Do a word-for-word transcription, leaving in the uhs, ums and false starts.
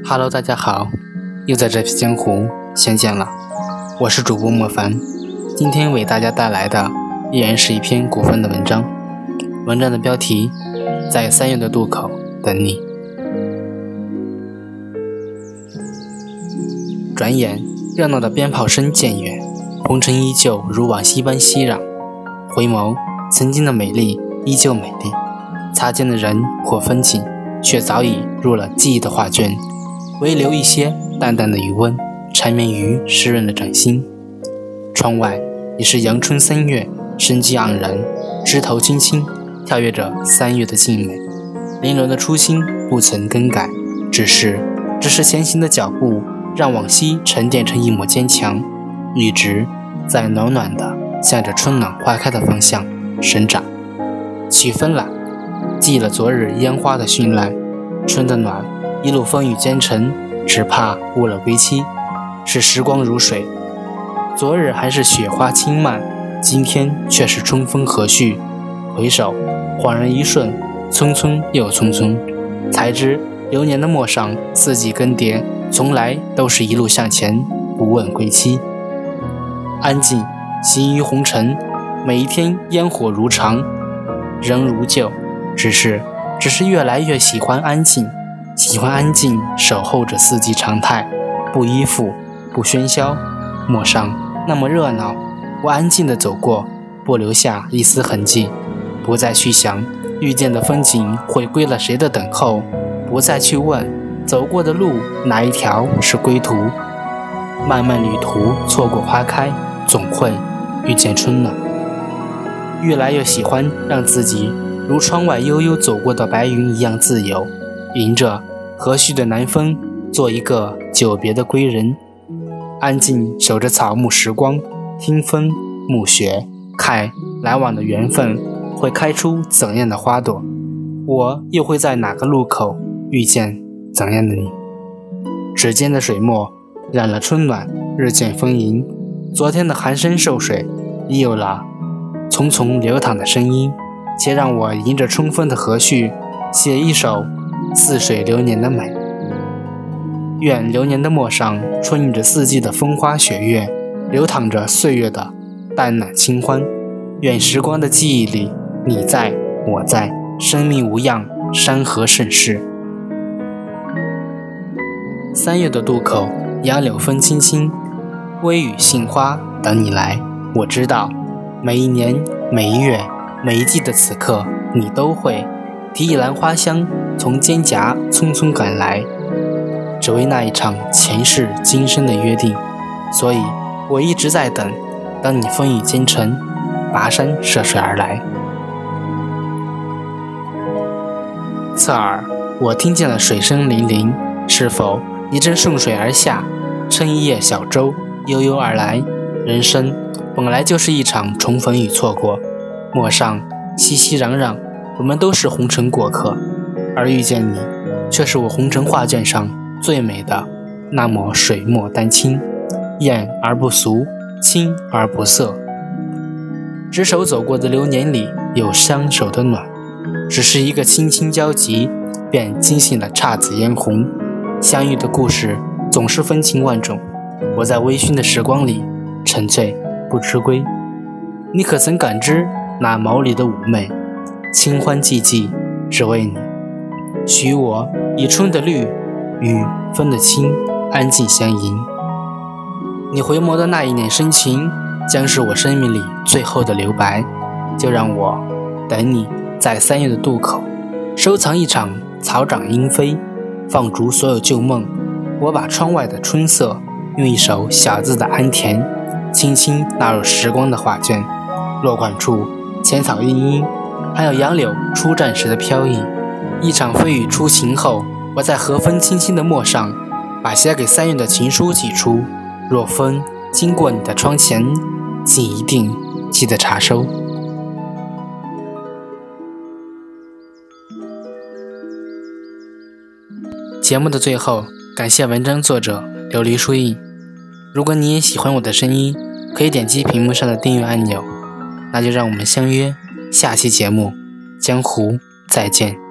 Hello， 大家好，又在这片江湖相见了。我是主播莫凡，今天为大家带来的依然是一篇古风的文章。文章的标题：在三月的渡口等你。转眼，热闹的鞭炮声渐远，红尘依旧如往昔般熙攘。回眸，曾经的美丽依旧美丽，擦肩的人或风景，却早已入了记忆的画卷，唯留一些淡淡的余温，缠绵于湿润的掌心。窗外也是阳春三月，生机盎然，枝头青青，跳跃着三月的静美。玲珑的初心不曾更改，只是只是前行的脚步，让往昔沉淀成一抹坚强，一直在暖暖的向着春暖花开的方向生长。起风了，记了昨日烟花的绚烂，春的暖一路风雨兼程，只怕误了归期。是时光如水，昨日还是雪花轻漫，今天却是春风和煦。回首，恍然一瞬，匆匆又匆匆，才知流年的陌上，四季更迭，从来都是一路向前，不问归期。安静行于红尘，每一天烟火如常，人如旧，只是只是越来越喜欢安静，喜欢安静守候着四季常态，不依附，不喧嚣，陌上那么热闹，我安静地走过，不留下一丝痕迹，不再去想遇见的风景回归了谁的等候，不再去问走过的路哪一条是归途。漫漫旅途错过花开，总会遇见春暖。越来越喜欢让自己如窗外悠悠走过的白云一样自由，迎着和煦的南风，做一个久别的归人，安静守着草木时光，听风沐雪，看来往的缘分会开出怎样的花朵，我又会在哪个路口遇见怎样的你。指尖的水墨染了春暖，日渐丰盈，昨天的寒山瘦水已有了匆匆流淌的声音，且让我迎着春风的和煦，写一首似水流年的美。愿流年的陌上，春映着四季的风花雪月，流淌着岁月的淡暖清欢。愿时光的记忆里，你在我在，生命无恙，山河盛世。三月的渡口，杨柳风轻轻，微雨杏花等你来。我知道每一年每一月每一季的此刻，你都会提一篮花香从蒹葭匆匆赶来，只为那一场前世今生的约定。所以我一直在等，当你风雨兼程，跋山涉水而来。侧耳我听见了水声粼粼，是否你正顺水而下，乘一叶小舟悠悠而来。人生本来就是一场重逢与错过，陌上熙熙攘攘，我们都是红尘过客，而遇见你，却是我红尘画卷上最美的那抹水墨丹青，艳而不俗，清而不涩。执手走过的流年里，有相守的暖，只是一个轻轻交集，便惊醒了姹紫嫣红。相遇的故事总是风情万种，我在微醺的时光里沉醉不知归。你可曾感知那眸里的妩媚，清欢寂寂只为你。许我以春的绿与风的清安静相迎。你回眸的那一脸深情，将是我生命里最后的留白。就让我等你在三月的渡口，收藏一场草长莺飞，放逐所有旧梦。我把窗外的春色用一首小字的安恬轻轻纳入时光的画卷，落款处浅草茵茵，还有杨柳初绽时的飘逸。一场飞雨初晴后，我在和风轻轻的陌上，把写给三月的情书寄出。若风经过你的窗前，请一定记得查收。节目的最后，感谢文章作者琉璃书印。如果你也喜欢我的声音，可以点击屏幕上的订阅按钮。那就让我们相约下期节目，江湖再见。